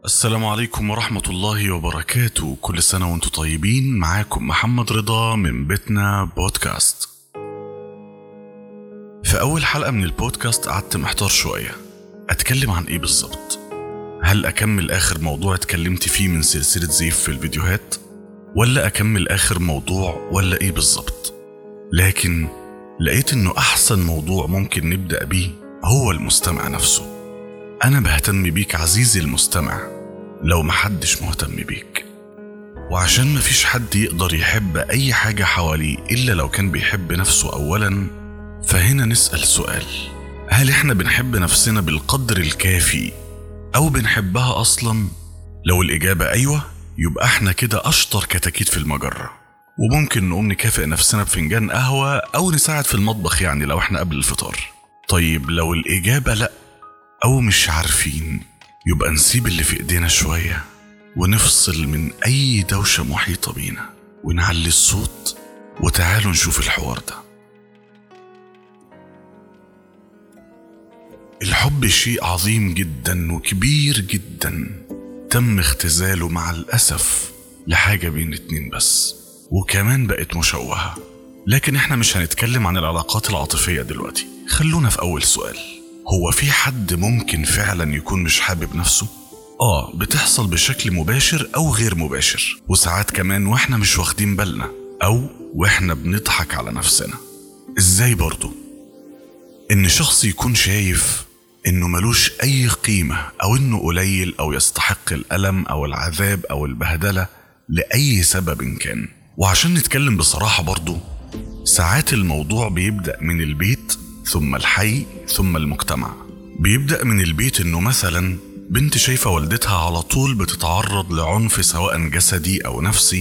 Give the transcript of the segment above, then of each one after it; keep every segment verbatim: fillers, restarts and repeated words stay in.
السلام عليكم ورحمة الله وبركاته. كل سنة وانتم طيبين. معاكم محمد رضا من بيتنا بودكاست. في أول حلقة من البودكاست قعدت محتار شوية أتكلم عن إيه بالظبط. هل أكمل آخر موضوع اتكلمت فيه من سلسلة زيف في الفيديوهات، ولا أكمل آخر موضوع، ولا إيه بالظبط؟ لكن لقيت إنه أحسن موضوع ممكن نبدأ بيه هو المستمع نفسه. أنا بهتم بيك عزيزي المستمع لو محدش مهتم بيك، وعشان مفيش حد يقدر يحب أي حاجة حواليه إلا لو كان بيحب نفسه أولا، فهنا نسأل سؤال: هل إحنا بنحب نفسنا بالقدر الكافي أو بنحبها أصلا؟ لو الإجابة أيوة، يبقى إحنا كده أشطر كتاكيت في المجرة، وممكن نقوم نكافئ نفسنا بفنجان قهوة أو نساعد في المطبخ يعني لو إحنا قبل الفطار. طيب لو الإجابة لأ أو مش عارفين، يبقى نسيب اللي في إيدينا شوية ونفصل من أي دوشة محيطة بينا ونعلي الصوت، وتعالوا نشوف الحوار ده. الحب شيء عظيم جدا وكبير جدا، تم اختزاله مع الأسف لحاجة بين اتنين بس، وكمان بقت مشوهة. لكن احنا مش هنتكلم عن العلاقات العاطفية دلوقتي، خلونا في أول سؤال: هو في حد ممكن فعلا يكون مش حابب نفسه؟ آه، بتحصل بشكل مباشر أو غير مباشر، وساعات كمان وإحنا مش واخدين بالنا أو وإحنا بنضحك على نفسنا. إزاي برضو؟ إن شخص يكون شايف إنه ملوش أي قيمة، أو إنه قليل، أو يستحق الألم أو العذاب أو البهدلة لأي سبب كان. وعشان نتكلم بصراحة برضو، ساعات الموضوع بيبدأ من البيت ثم الحي ثم المجتمع. بيبدأ من البيت إنه مثلا بنت شايفة والدتها على طول بتتعرض لعنف سواء جسدي أو نفسي،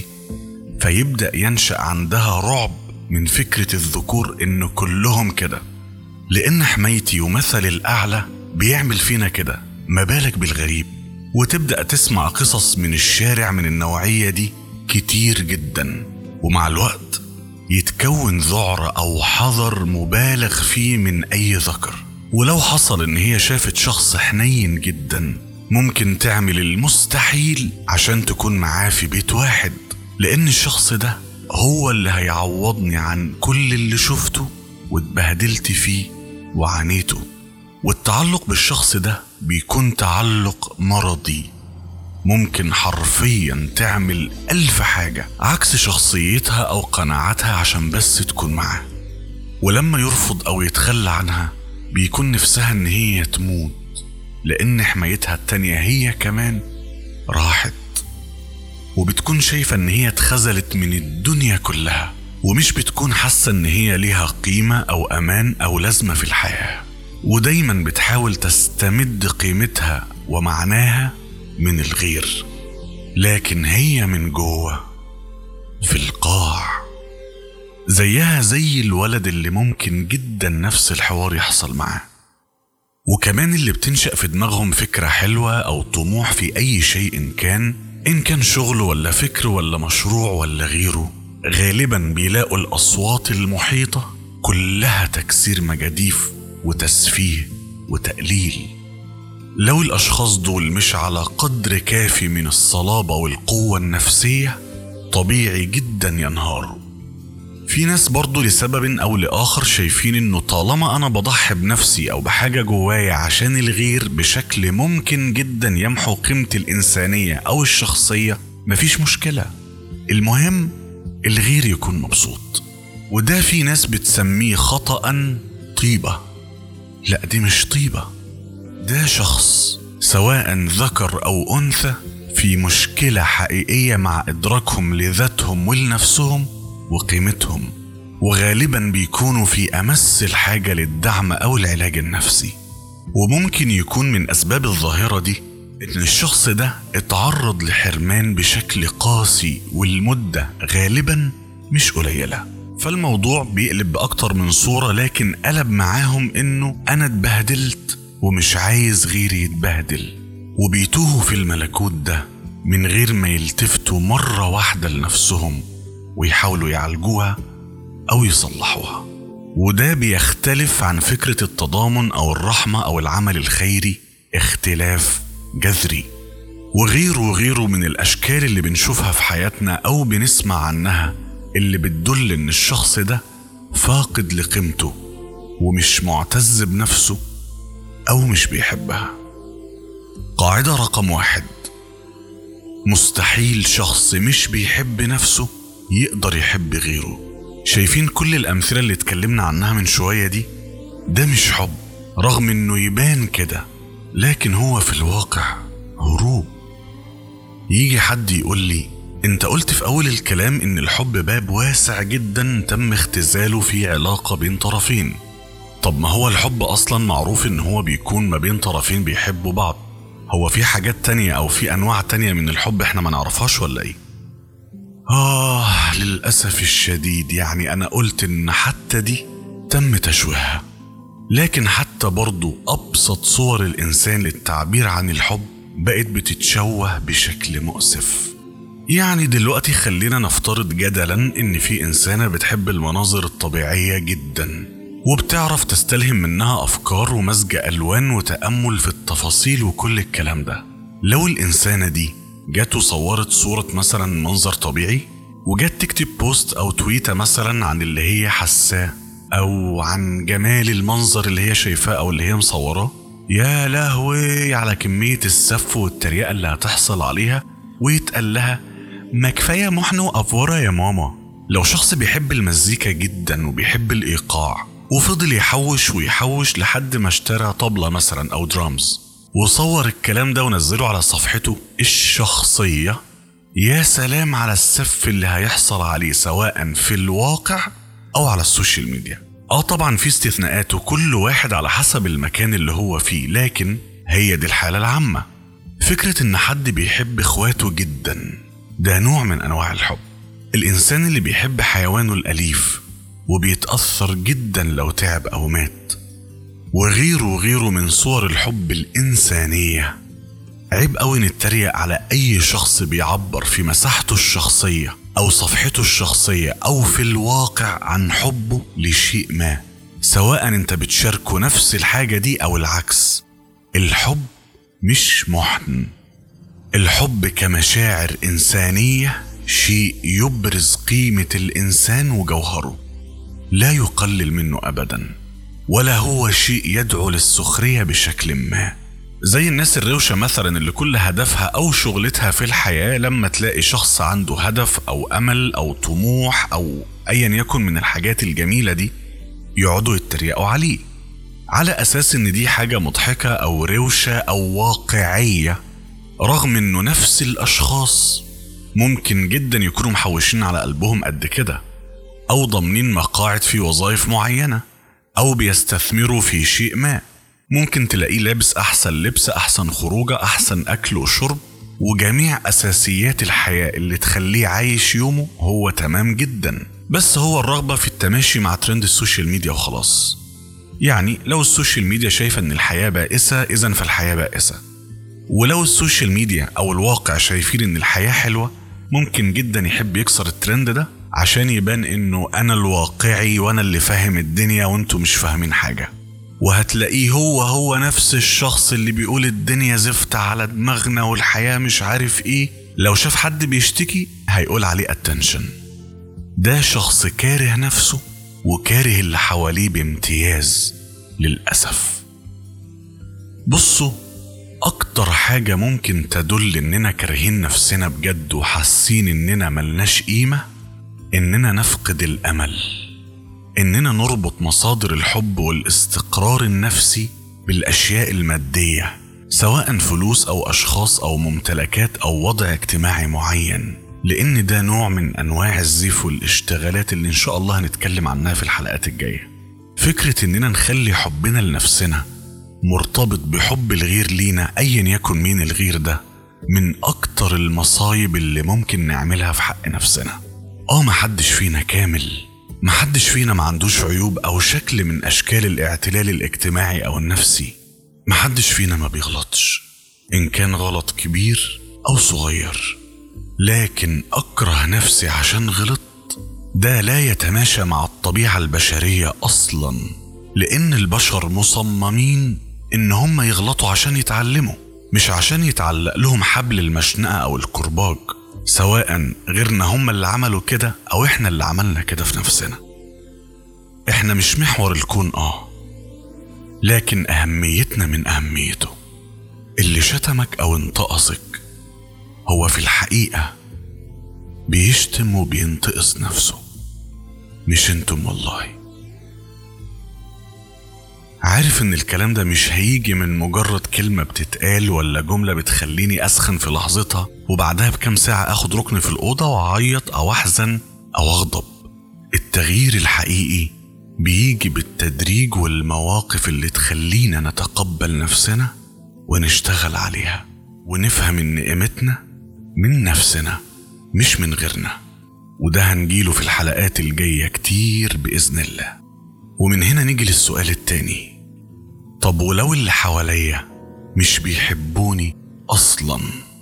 فيبدأ ينشأ عندها رعب من فكرة الذكور إنه كلهم كده، لأن حمايتي ومثل الأعلى بيعمل فينا كده، ما بالك بالغريب. وتبدأ تسمع قصص من الشارع من النوعية دي كتير جدا، ومع الوقت يتكون ذعر أو حذر مبالغ فيه من أي ذكر. ولو حصل إن هي شافت شخص حنين جدا، ممكن تعمل المستحيل عشان تكون معاه في بيت واحد، لأن الشخص ده هو اللي هيعوضني عن كل اللي شفته واتبهدلت فيه وعانيته. والتعلق بالشخص ده بيكون تعلق مرضي، ممكن حرفيا تعمل ألف حاجة عكس شخصيتها أو قناعاتها عشان بس تكون معاه. ولما يرفض أو يتخلى عنها، بيكون نفسها إن هي تموت، لأن حمايتها التانية هي كمان راحت، وبتكون شايفة إن هي اتخذلت من الدنيا كلها، ومش بتكون حاسة إن هي ليها قيمة أو أمان أو لازمة في الحياة، ودايما بتحاول تستمد قيمتها ومعناها من الغير، لكن هي من جوه في القاع. زيها زي الولد اللي ممكن جدا نفس الحوار يحصل معاه. وكمان اللي بتنشأ في دماغهم فكرة حلوة أو طموح في أي شيء كان، إن كان شغل ولا فكر ولا مشروع ولا غيره، غالبا بيلاقوا الأصوات المحيطة كلها تكسير مجاديف وتسفيه وتقليل. لو الأشخاص دول مش على قدر كافي من الصلابة والقوة النفسية، طبيعي جدا ينهاروا. في ناس برضو لسبب أو لآخر شايفين إنه طالما أنا بضحي بنفسي أو بحاجة جوايا عشان الغير بشكل ممكن جدا يمحو قيمتي الإنسانية أو الشخصية، مفيش مشكلة، المهم الغير يكون مبسوط. وده في ناس بتسميه خطأ طيبة. لا، دي مش طيبة، ده شخص سواء ذكر أو أنثى في مشكلة حقيقية مع إدراكهم لذاتهم ولنفسهم وقيمتهم، وغالبا بيكونوا في أمس الحاجة للدعم أو العلاج النفسي. وممكن يكون من أسباب الظاهرة دي إن الشخص ده اتعرض لحرمان بشكل قاسي والمدة غالبا مش قليلة، فالموضوع بيقلب بأكتر من صورة، لكن قلب معاهم إنه أنا اتبهدلت ومش عايز غيري يتبهدل، وبيتوهوا في الملكوت ده من غير ما يلتفتوا مرة واحدة لنفسهم ويحاولوا يعالجوها أو يصلحوها. وده بيختلف عن فكرة التضامن أو الرحمة أو العمل الخيري اختلاف جذري. وغيره وغيره من الأشكال اللي بنشوفها في حياتنا أو بنسمع عنها اللي بتدل إن الشخص ده فاقد لقيمته ومش معتز بنفسه أو مش بيحبها. قاعدة رقم واحد: مستحيل شخص مش بيحب نفسه يقدر يحب غيره. شايفين كل الأمثلة اللي اتكلمنا عنها من شوية دي؟ ده مش حب رغم إنه يبان كده، لكن هو في الواقع هروب. يجي حد يقول لي: انت قلت في اول الكلام ان الحب باب واسع جدا تم اختزاله في علاقة بين طرفين. طب ما هو الحب اصلا معروف ان هو بيكون ما بين طرفين بيحبوا بعض، هو في حاجات تانية او في انواع تانية من الحب احنا ما نعرفهاش ولا ايه؟ آه للأسف الشديد، يعني انا قلت ان حتى دي تم تشويهها. لكن حتى برضو ابسط صور الانسان للتعبير عن الحب بقت بتتشوه بشكل مؤسف. يعني دلوقتي خلينا نفترض جدلا ان في انسانة بتحب المناظر الطبيعية جدا وبتعرف تستلهم منها افكار ومزج الوان وتأمل في التفاصيل وكل الكلام ده. لو الانسانة دي جات وصورت صورة مثلا منظر طبيعي وجات تكتب بوست او تويتة مثلا عن اللي هي حساه او عن جمال المنظر اللي هي شايفاه او اللي هي مصوراه، يا لهوي على كمية السف والتريقة اللي هتحصل عليها، ويتقال لها: ما كفاية محن وأفورة يا ماما. لو شخص بيحب المزيكا جدا وبيحب الإيقاع وفضل يحوش ويحوش لحد ما اشترى طبلة مثلا أو درامز وصور الكلام ده ونزله على صفحته الشخصية، يا سلام على السف اللي هيحصل عليه سواء في الواقع أو على السوشيال ميديا. اه طبعا في استثناءات وكل واحد على حسب المكان اللي هو فيه، لكن هي دي الحالة العامة. فكرة ان حد بيحب اخواته جدا ده نوع من انواع الحب. الانسان اللي بيحب حيوانه الاليف وبيتأثر جدا لو تعب او مات، وغيره وغيره من صور الحب الانسانية. عيب قوي نتريق على اي شخص بيعبر في مساحته الشخصية أو صفحته الشخصية أو في الواقع عن حبه لشيء ما، سواء أنت بتشاركه نفس الحاجة دي أو العكس. الحب مش محن. الحب كمشاعر إنسانية شيء يبرز قيمة الإنسان وجوهره، لا يقلل منه أبدا، ولا هو شيء يدعو للسخرية بشكل ما. زي الناس الروشة مثلا اللي كل هدفها أو شغلتها في الحياة لما تلاقي شخص عنده هدف أو أمل أو طموح أو أيا يكن من الحاجات الجميلة دي يقعدوا يتريقوا عليه على أساس إن دي حاجة مضحكة أو روشة أو واقعية، رغم إنه نفس الأشخاص ممكن جدا يكونوا محوشين على قلبهم قد كده، أو ضامنين مقاعد في وظائف معينة، أو بيستثمروا في شيء ما. ممكن تلاقيه لابس أحسن لبس، أحسن خروجة، أحسن أكل وشرب، وجميع أساسيات الحياة اللي تخليه عايش يومه هو تمام جدا، بس هو الرغبة في التماشي مع ترند السوشيال ميديا وخلاص. يعني لو السوشيال ميديا شايفة أن الحياة بائسة إذن فالحياة بائسة، ولو السوشيال ميديا أو الواقع شايفين أن الحياة حلوة ممكن جدا يحب يكسر الترند ده عشان يبان أنه أنا الواقعي وأنا اللي فاهم الدنيا وأنتوا مش فاهمين حاجة. وهتلاقيه هو هو نفس الشخص اللي بيقول الدنيا زفت على دماغنا والحياة مش عارف ايه، لو شاف حد بيشتكي هيقول عليه attention. ده شخص كاره نفسه وكاره اللي حواليه بامتياز للأسف. بصوا، أكتر حاجة ممكن تدل إننا كارهين نفسنا بجد وحاسين إننا ملناش قيمة إننا نفقد الأمل، إننا نربط مصادر الحب والاستقرار النفسي بالأشياء المادية، سواء فلوس أو أشخاص أو ممتلكات أو وضع اجتماعي معين، لأن ده نوع من أنواع الزيف والاشتغالات اللي إن شاء الله هنتكلم عنها في الحلقات الجاية. فكرة إننا نخلي حبنا لنفسنا مرتبط بحب الغير لينا أيا يكن مين الغير ده من أكتر المصايب اللي ممكن نعملها في حق نفسنا. آه محدش فينا كامل، محدش فينا ما عندوش عيوب أو شكل من أشكال الاعتلال الاجتماعي أو النفسي، محدش فينا ما بيغلطش إن كان غلط كبير أو صغير، لكن أكره نفسي عشان غلط ده لا يتماشى مع الطبيعة البشرية أصلا، لأن البشر مصممين إن هم يغلطوا عشان يتعلموا، مش عشان يتعلق لهم حبل المشنقة أو الكرباج، سواء غيرنا هم اللي عملوا كده أو إحنا اللي عملنا كده في نفسنا. إحنا مش محور الكون آه، لكن أهميتنا من أهميته. اللي شتمك أو انتقصك هو في الحقيقة بيشتم وبينتقص نفسه، مش انتم والله. عارف ان الكلام ده مش هيجي من مجرد كلمة بتتقال ولا جملة بتخليني اسخن في لحظتها وبعدها بكام ساعة اخد ركن في الأوضة وأعيط او احزن او اغضب. التغيير الحقيقي بيجي بالتدريج والمواقف اللي تخلينا نتقبل نفسنا ونشتغل عليها ونفهم ان قيمتنا من نفسنا مش من غيرنا. وده هنجيله في الحلقات الجاية كتير بإذن الله. ومن هنا نيجي للسؤال التاني، طب ولو اللي حواليا مش بيحبوني أصلا؟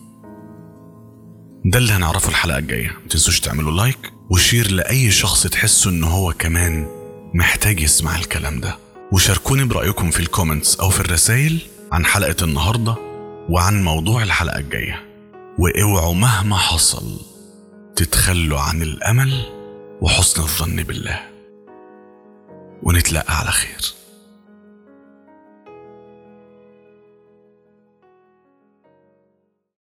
ده اللي هنعرفه الحلقة الجاية. متنسوش تعملوا لايك وشير لأي شخص تحسوا إنه هو كمان محتاج يسمع الكلام ده، وشاركوني برأيكم في الكومنتس أو في الرسائل عن حلقة النهاردة وعن موضوع الحلقة الجاية. واوعوا مهما حصل تتخلوا عن الأمل وحسن الظن بالله، ونتلاقى على خير.